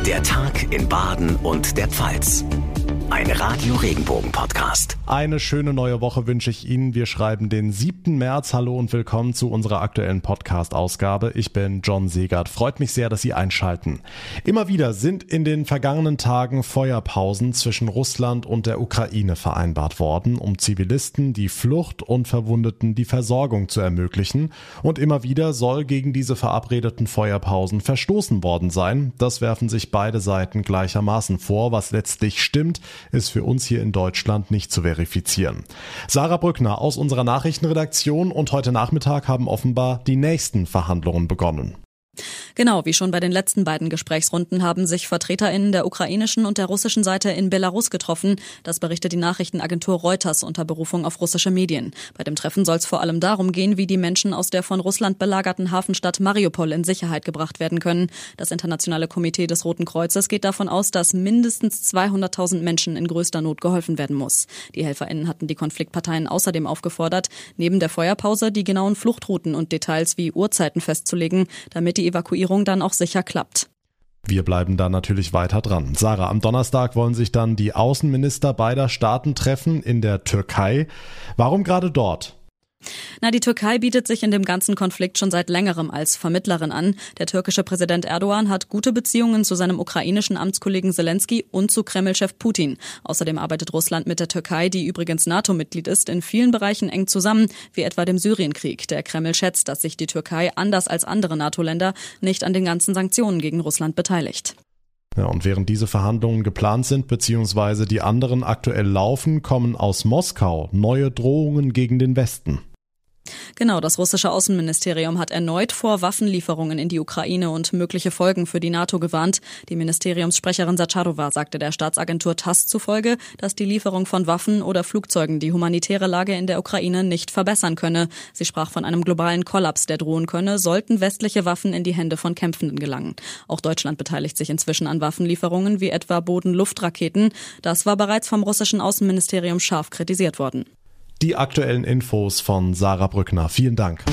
Der Tag in Baden und der Pfalz. Ein Radio-Regenbogen-Podcast. Eine schöne neue Woche wünsche ich Ihnen. Wir schreiben den 7. März. Hallo und willkommen zu unserer aktuellen Podcast-Ausgabe. Ich bin John Segert. Freut mich sehr, dass Sie einschalten. Immer wieder sind in den vergangenen Tagen Feuerpausen zwischen Russland und der Ukraine vereinbart worden, um Zivilisten die Flucht und Verwundeten die Versorgung zu ermöglichen. Und immer wieder soll gegen diese verabredeten Feuerpausen verstoßen worden sein. Das werfen sich beide Seiten gleichermaßen vor. Was letztlich stimmt, ist für uns hier in Deutschland nicht zu verifizieren. Sarah Brückner aus unserer Nachrichtenredaktion und heute Nachmittag haben offenbar die nächsten Verhandlungen begonnen. Genau, wie schon bei den letzten beiden Gesprächsrunden haben sich VertreterInnen der ukrainischen und der russischen Seite in Belarus getroffen. Das berichtet die Nachrichtenagentur Reuters unter Berufung auf russische Medien. Bei dem Treffen soll es vor allem darum gehen, wie die Menschen aus der von Russland belagerten Hafenstadt Mariupol in Sicherheit gebracht werden können. Das Internationale Komitee des Roten Kreuzes geht davon aus, dass mindestens 200.000 Menschen in größter Not geholfen werden muss. Die HelferInnen hatten die Konfliktparteien außerdem aufgefordert, neben der Feuerpause die genauen Fluchtrouten und Details wie Uhrzeiten festzulegen, damit die Evakuierung dann auch sicher klappt. Wir bleiben da natürlich weiter dran. Sarah, am Donnerstag wollen sich dann die Außenminister beider Staaten treffen in der Türkei. Warum gerade dort? Die Türkei bietet sich in dem ganzen Konflikt schon seit längerem als Vermittlerin an. Der türkische Präsident Erdogan hat gute Beziehungen zu seinem ukrainischen Amtskollegen Zelensky und zu Kreml-Chef Putin. Außerdem arbeitet Russland mit der Türkei, die übrigens NATO-Mitglied ist, in vielen Bereichen eng zusammen, wie etwa dem Syrienkrieg. Der Kreml schätzt, dass sich die Türkei, anders als andere NATO-Länder, nicht an den ganzen Sanktionen gegen Russland beteiligt. Ja, und während diese Verhandlungen geplant sind bzw. die anderen aktuell laufen, kommen aus Moskau neue Drohungen gegen den Westen. Genau, das russische Außenministerium hat erneut vor Waffenlieferungen in die Ukraine und mögliche Folgen für die NATO gewarnt. Die Ministeriumssprecherin Sacharowa sagte der Staatsagentur TASS zufolge, dass die Lieferung von Waffen oder Flugzeugen die humanitäre Lage in der Ukraine nicht verbessern könne. Sie sprach von einem globalen Kollaps, der drohen könne, sollten westliche Waffen in die Hände von Kämpfenden gelangen. Auch Deutschland beteiligt sich inzwischen an Waffenlieferungen wie etwa Boden-Luft-Raketen. Das war bereits vom russischen Außenministerium scharf kritisiert worden. Die aktuellen Infos von Sarah Brückner. Vielen Dank.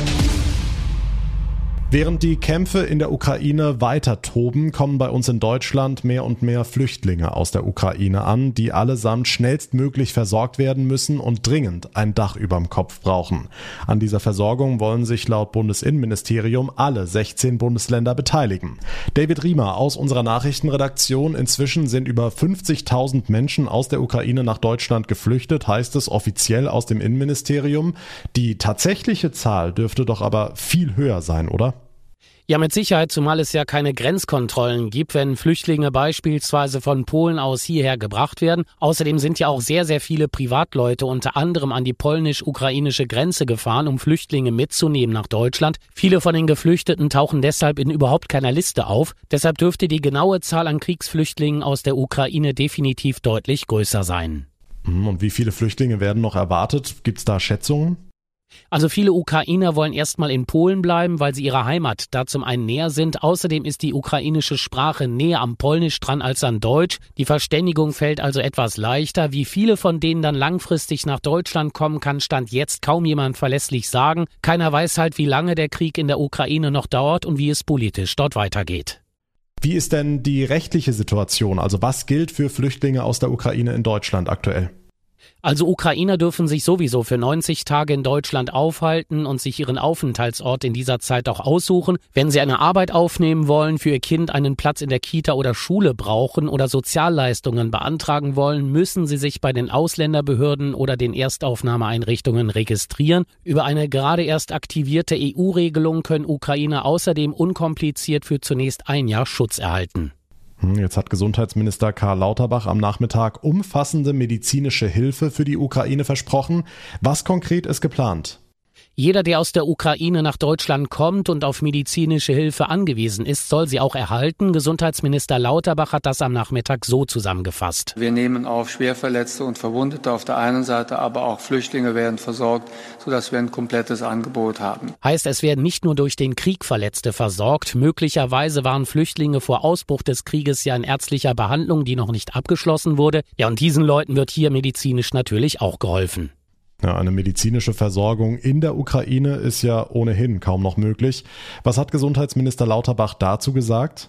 Während die Kämpfe in der Ukraine weiter toben, kommen bei uns in Deutschland mehr und mehr Flüchtlinge aus der Ukraine an, die allesamt schnellstmöglich versorgt werden müssen und dringend ein Dach überm Kopf brauchen. An dieser Versorgung wollen sich laut Bundesinnenministerium alle 16 Bundesländer beteiligen. David Riemer aus unserer Nachrichtenredaktion. Inzwischen sind über 50.000 Menschen aus der Ukraine nach Deutschland geflüchtet, heißt es offiziell aus dem Innenministerium. Die tatsächliche Zahl dürfte doch aber viel höher sein, oder? Ja, mit Sicherheit, zumal es ja keine Grenzkontrollen gibt, wenn Flüchtlinge beispielsweise von Polen aus hierher gebracht werden. Außerdem sind ja auch sehr, sehr viele Privatleute unter anderem an die polnisch-ukrainische Grenze gefahren, um Flüchtlinge mitzunehmen nach Deutschland. Viele von den Geflüchteten tauchen deshalb in überhaupt keiner Liste auf. Deshalb dürfte die genaue Zahl an Kriegsflüchtlingen aus der Ukraine definitiv deutlich größer sein. Und wie viele Flüchtlinge werden noch erwartet? Gibt's da Schätzungen? Also viele Ukrainer wollen erstmal in Polen bleiben, weil sie ihrer Heimat da zum einen näher sind. Außerdem ist die ukrainische Sprache näher am Polnisch dran als an Deutsch. Die Verständigung fällt also etwas leichter. Wie viele von denen dann langfristig nach Deutschland kommen, kann Stand jetzt kaum jemand verlässlich sagen. Keiner weiß halt, wie lange der Krieg in der Ukraine noch dauert und wie es politisch dort weitergeht. Wie ist denn die rechtliche Situation? Also was gilt für Flüchtlinge aus der Ukraine in Deutschland aktuell? Also Ukrainer dürfen sich sowieso für 90 Tage in Deutschland aufhalten und sich ihren Aufenthaltsort in dieser Zeit auch aussuchen. Wenn sie eine Arbeit aufnehmen wollen, für ihr Kind einen Platz in der Kita oder Schule brauchen oder Sozialleistungen beantragen wollen, müssen sie sich bei den Ausländerbehörden oder den Erstaufnahmeeinrichtungen registrieren. Über eine gerade erst aktivierte EU-Regelung können Ukrainer außerdem unkompliziert für zunächst ein Jahr Schutz erhalten. Jetzt hat Gesundheitsminister Karl Lauterbach am Nachmittag umfassende medizinische Hilfe für die Ukraine versprochen. Was konkret ist geplant? Jeder, der aus der Ukraine nach Deutschland kommt und auf medizinische Hilfe angewiesen ist, soll sie auch erhalten. Gesundheitsminister Lauterbach hat das am Nachmittag so zusammengefasst. Wir nehmen auf Schwerverletzte und Verwundete auf der einen Seite, aber auch Flüchtlinge werden versorgt, sodass wir ein komplettes Angebot haben. Heißt, es werden nicht nur durch den Krieg Verletzte versorgt. Möglicherweise waren Flüchtlinge vor Ausbruch des Krieges ja in ärztlicher Behandlung, die noch nicht abgeschlossen wurde. Ja, und diesen Leuten wird hier medizinisch natürlich auch geholfen. Ja, eine medizinische Versorgung in der Ukraine ist ja ohnehin kaum noch möglich. Was hat Gesundheitsminister Lauterbach dazu gesagt?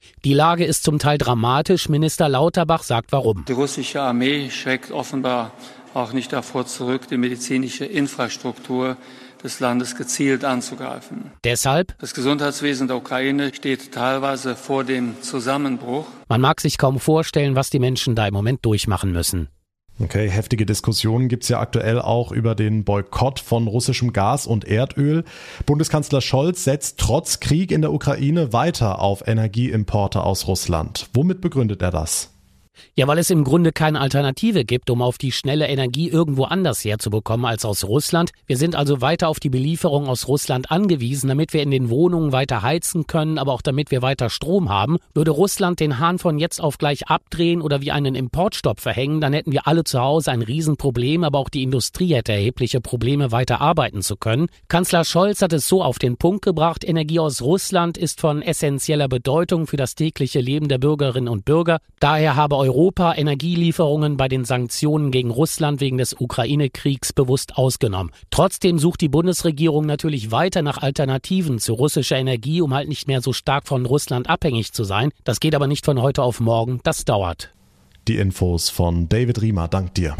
Die Lage ist zum Teil dramatisch. Minister Lauterbach sagt warum. Die russische Armee schreckt offenbar auch nicht davor zurück, die medizinische Infrastruktur des Landes gezielt anzugreifen. Deshalb? Das Gesundheitswesen der Ukraine steht teilweise vor dem Zusammenbruch. Man mag sich kaum vorstellen, was die Menschen da im Moment durchmachen müssen. Okay, heftige Diskussionen gibt's ja aktuell auch über den Boykott von russischem Gas und Erdöl. Bundeskanzler Scholz setzt trotz Krieg in der Ukraine weiter auf Energieimporte aus Russland. Womit begründet er das? Ja, weil es im Grunde keine Alternative gibt, um auf die schnelle Energie irgendwo anders herzubekommen als aus Russland. Wir sind also weiter auf die Belieferung aus Russland angewiesen, damit wir in den Wohnungen weiter heizen können, aber auch damit wir weiter Strom haben. Würde Russland den Hahn von jetzt auf gleich abdrehen oder wie einen Importstopp verhängen, dann hätten wir alle zu Hause ein Riesenproblem, aber auch die Industrie hätte erhebliche Probleme, weiter arbeiten zu können. Kanzler Scholz hat es so auf den Punkt gebracht, Energie aus Russland ist von essentieller Bedeutung für das tägliche Leben der Bürgerinnen und Bürger. Daher habe Europa Energielieferungen bei den Sanktionen gegen Russland wegen des Ukraine-Kriegs bewusst ausgenommen. Trotzdem sucht die Bundesregierung natürlich weiter nach Alternativen zu russischer Energie, um halt nicht mehr so stark von Russland abhängig zu sein. Das geht aber nicht von heute auf morgen, das dauert. Die Infos von David Riemer, dank dir.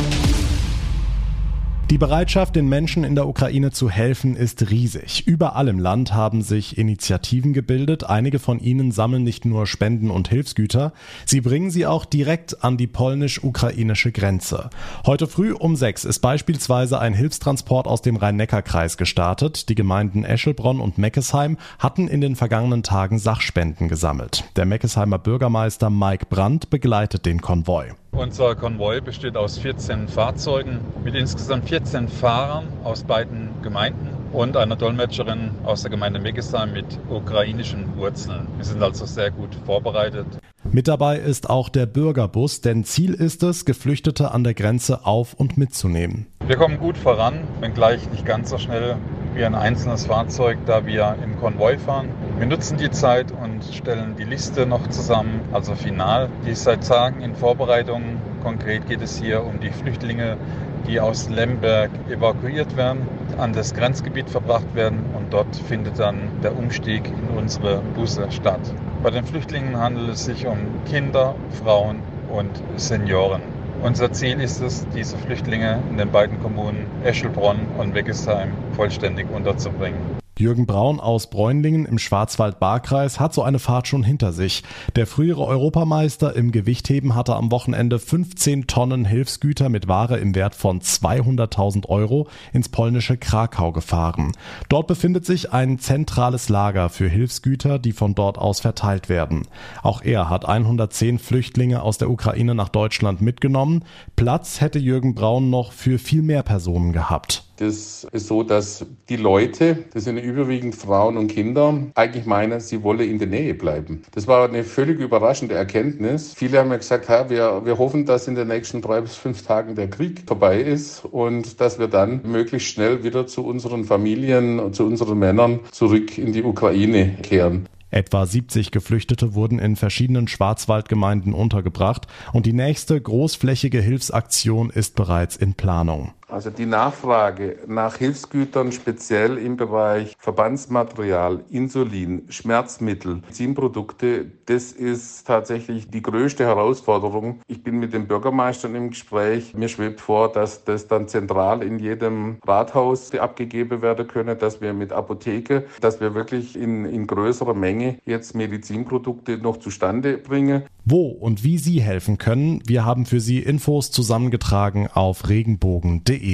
Die Bereitschaft, den Menschen in der Ukraine zu helfen, ist riesig. Überall im Land haben sich Initiativen gebildet. Einige von ihnen sammeln nicht nur Spenden und Hilfsgüter, sie bringen sie auch direkt an die polnisch-ukrainische Grenze. Heute früh um 6 ist beispielsweise ein Hilfstransport aus dem Rhein-Neckar-Kreis gestartet. Die Gemeinden Eschelbronn und Meckesheim hatten in den vergangenen Tagen Sachspenden gesammelt. Der Meckesheimer Bürgermeister Mike Brandt begleitet den Konvoi. Unser Konvoi besteht aus 14 Fahrzeugen mit insgesamt 14 Fahrern aus beiden Gemeinden und einer Dolmetscherin aus der Gemeinde Meckesheim mit ukrainischen Wurzeln. Wir sind also sehr gut vorbereitet. Mit dabei ist auch der Bürgerbus, denn Ziel ist es, Geflüchtete an der Grenze auf- und mitzunehmen. Wir kommen gut voran, wenngleich nicht ganz so schnell wie ein einzelnes Fahrzeug, da wir im Konvoi fahren. Wir nutzen die Zeit und stellen die Liste noch zusammen, also final. Die ist seit Tagen in Vorbereitung. Konkret geht es hier um die Flüchtlinge, die aus Lemberg evakuiert werden, an das Grenzgebiet verbracht werden und dort findet dann der Umstieg in unsere Busse statt. Bei den Flüchtlingen handelt es sich um Kinder, Frauen und Senioren. Unser Ziel ist es, diese Flüchtlinge in den beiden Kommunen Eschelbronn und Meckesheim vollständig unterzubringen. Jürgen Braun aus Bräunlingen im Schwarzwald-Baar-Kreis hat so eine Fahrt schon hinter sich. Der frühere Europameister im Gewichtheben hatte am Wochenende 15 Tonnen Hilfsgüter mit Ware im Wert von 200.000 € ins polnische Krakau gefahren. Dort befindet sich ein zentrales Lager für Hilfsgüter, die von dort aus verteilt werden. Auch er hat 110 Flüchtlinge aus der Ukraine nach Deutschland mitgenommen. Platz hätte Jürgen Braun noch für viel mehr Personen gehabt. Das ist so, dass die Leute, das sind überwiegend Frauen und Kinder, eigentlich meinen, sie wolle in der Nähe bleiben. Das war eine völlig überraschende Erkenntnis. Viele haben ja gesagt, wir hoffen, dass in den nächsten 3 bis 5 Tagen der Krieg vorbei ist und dass wir dann möglichst schnell wieder zu unseren Familien und zu unseren Männern zurück in die Ukraine kehren. Etwa 70 Geflüchtete wurden in verschiedenen Schwarzwaldgemeinden untergebracht und die nächste großflächige Hilfsaktion ist bereits in Planung. Also die Nachfrage nach Hilfsgütern, speziell im Bereich Verbandsmaterial, Insulin, Schmerzmittel, Medizinprodukte, das ist tatsächlich die größte Herausforderung. Ich bin mit den Bürgermeistern im Gespräch. Mir schwebt vor, dass das dann zentral in jedem Rathaus abgegeben werden könne, dass wir mit Apotheke, dass wir wirklich in größerer Menge jetzt Medizinprodukte noch zustande bringen. Wo und wie Sie helfen können, wir haben für Sie Infos zusammengetragen auf regenbogen.de.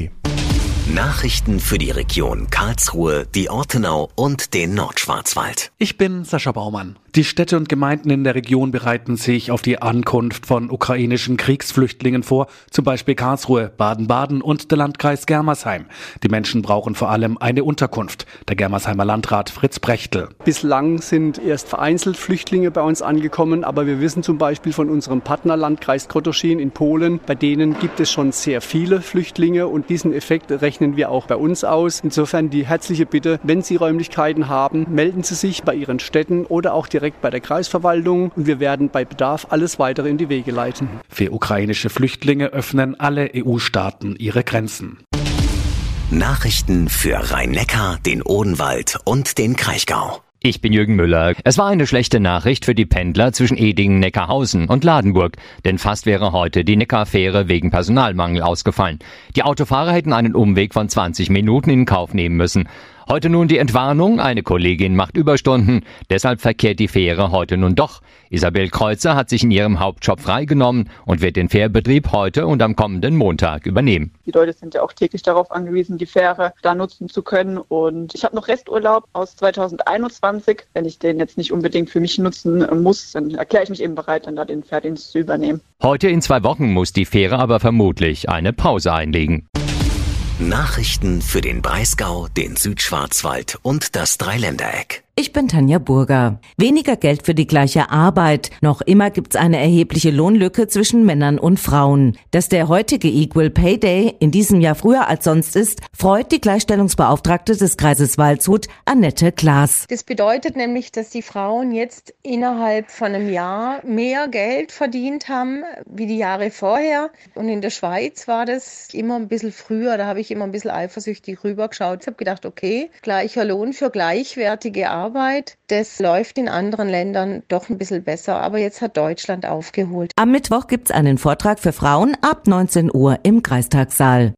Nachrichten für die Region Karlsruhe, die Ortenau und den Nordschwarzwald. Ich bin Sascha Baumann. Die Städte und Gemeinden in der Region bereiten sich auf die Ankunft von ukrainischen Kriegsflüchtlingen vor, zum Beispiel Karlsruhe, Baden-Baden und der Landkreis Germersheim. Die Menschen brauchen vor allem eine Unterkunft. Der Germersheimer Landrat Fritz Brechtel. Bislang sind erst vereinzelt Flüchtlinge bei uns angekommen, aber wir wissen zum Beispiel von unserem Partnerlandkreis Krotoschin in Polen, bei denen gibt es schon sehr viele Flüchtlinge und diesen Effekt rechnen wir auch bei uns aus. Insofern die herzliche Bitte, wenn Sie Räumlichkeiten haben, melden Sie sich bei Ihren Städten oder auch direkt bei der Kreisverwaltung und wir werden bei Bedarf alles weitere in die Wege leiten. Für ukrainische Flüchtlinge öffnen alle EU-Staaten ihre Grenzen. Nachrichten für Rhein-Neckar, den Odenwald und den Kraichgau. Ich bin Jürgen Müller. Es war eine schlechte Nachricht für die Pendler zwischen Edingen, Neckarhausen und Ladenburg, denn fast wäre heute die Neckarfähre wegen Personalmangel ausgefallen. Die Autofahrer hätten einen Umweg von 20 Minuten in Kauf nehmen müssen. Heute nun die Entwarnung, eine Kollegin macht Überstunden, deshalb verkehrt die Fähre heute nun doch. Isabel Kreuzer hat sich in ihrem Hauptjob freigenommen und wird den Fährbetrieb heute und am kommenden Montag übernehmen. Die Leute sind ja auch täglich darauf angewiesen, die Fähre da nutzen zu können, und ich habe noch Resturlaub aus 2021. Wenn ich den jetzt nicht unbedingt für mich nutzen muss, dann erkläre ich mich eben bereit, dann da den Fährdienst zu übernehmen. Heute in 2 Wochen muss die Fähre aber vermutlich eine Pause einlegen. Nachrichten für den Breisgau, den Südschwarzwald und das Dreiländereck. Ich bin Tanja Burger. Weniger Geld für die gleiche Arbeit. Noch immer gibt's eine erhebliche Lohnlücke zwischen Männern und Frauen. Dass der heutige Equal Pay Day in diesem Jahr früher als sonst ist, freut die Gleichstellungsbeauftragte des Kreises Waldshut, Annette Klaas. Das bedeutet nämlich, dass die Frauen jetzt innerhalb von einem Jahr mehr Geld verdient haben wie die Jahre vorher. Und in der Schweiz war das immer ein bisschen früher. Da habe ich immer ein bisschen eifersüchtig rübergeschaut. Ich habe gedacht, okay, gleicher Lohn für gleichwertige Arbeit. Das läuft in anderen Ländern doch ein bisschen besser, aber jetzt hat Deutschland aufgeholt. Am Mittwoch gibt's einen Vortrag für Frauen ab 19 Uhr im Kreistagssaal.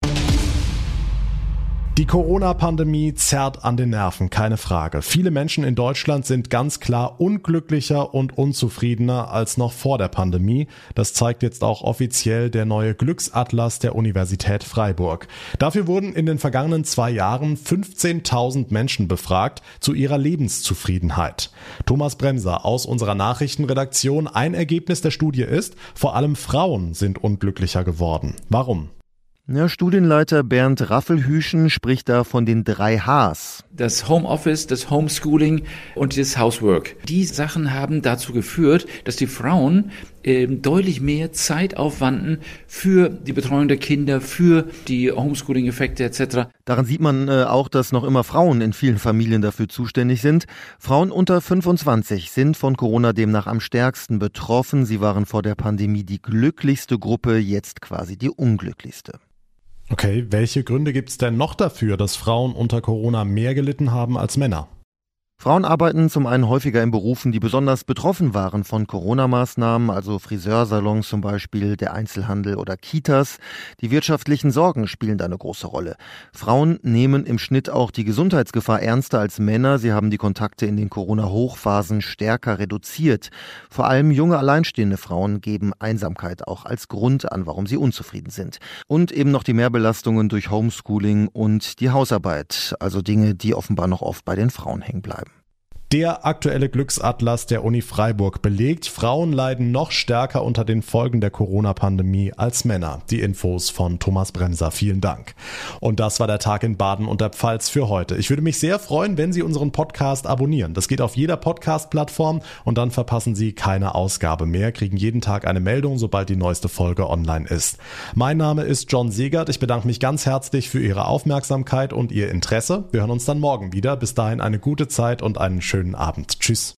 Die Corona-Pandemie zerrt an den Nerven, keine Frage. Viele Menschen in Deutschland sind ganz klar unglücklicher und unzufriedener als noch vor der Pandemie. Das zeigt jetzt auch offiziell der neue Glücksatlas der Universität Freiburg. Dafür wurden in den vergangenen 2 Jahren 15.000 Menschen befragt zu ihrer Lebenszufriedenheit. Thomas Bremser aus unserer Nachrichtenredaktion. Ein Ergebnis der Studie ist, vor allem Frauen sind unglücklicher geworden. Warum? Ja, Studienleiter Bernd Raffelhüschen spricht da von den 3 Hs. Das Homeoffice, das Homeschooling und das Housework. Die Sachen haben dazu geführt, dass die Frauen deutlich mehr Zeit aufwanden für die Betreuung der Kinder, für die Homeschooling-Effekte etc. Daran sieht man auch, dass noch immer Frauen in vielen Familien dafür zuständig sind. Frauen unter 25 sind von Corona demnach am stärksten betroffen. Sie waren vor der Pandemie die glücklichste Gruppe, jetzt quasi die unglücklichste. Okay, welche Gründe gibt's denn noch dafür, dass Frauen unter Corona mehr gelitten haben als Männer? Frauen arbeiten zum einen häufiger in Berufen, die besonders betroffen waren von Corona-Maßnahmen, also Friseursalons zum Beispiel, der Einzelhandel oder Kitas. Die wirtschaftlichen Sorgen spielen da eine große Rolle. Frauen nehmen im Schnitt auch die Gesundheitsgefahr ernster als Männer. Sie haben die Kontakte in den Corona-Hochphasen stärker reduziert. Vor allem junge alleinstehende Frauen geben Einsamkeit auch als Grund an, warum sie unzufrieden sind. Und eben noch die Mehrbelastungen durch Homeschooling und die Hausarbeit, also Dinge, die offenbar noch oft bei den Frauen hängen bleiben. Der aktuelle Glücksatlas der Uni Freiburg belegt, Frauen leiden noch stärker unter den Folgen der Corona-Pandemie als Männer. Die Infos von Thomas Bremser. Vielen Dank. Und das war der Tag in Baden und der Pfalz für heute. Ich würde mich sehr freuen, wenn Sie unseren Podcast abonnieren. Das geht auf jeder Podcast-Plattform und dann verpassen Sie keine Ausgabe mehr, kriegen jeden Tag eine Meldung, sobald die neueste Folge online ist. Mein Name ist John Segert. Ich bedanke mich ganz herzlich für Ihre Aufmerksamkeit und Ihr Interesse. Wir hören uns dann morgen wieder. Bis dahin eine gute Zeit und einen schönen Abend. Tschüss.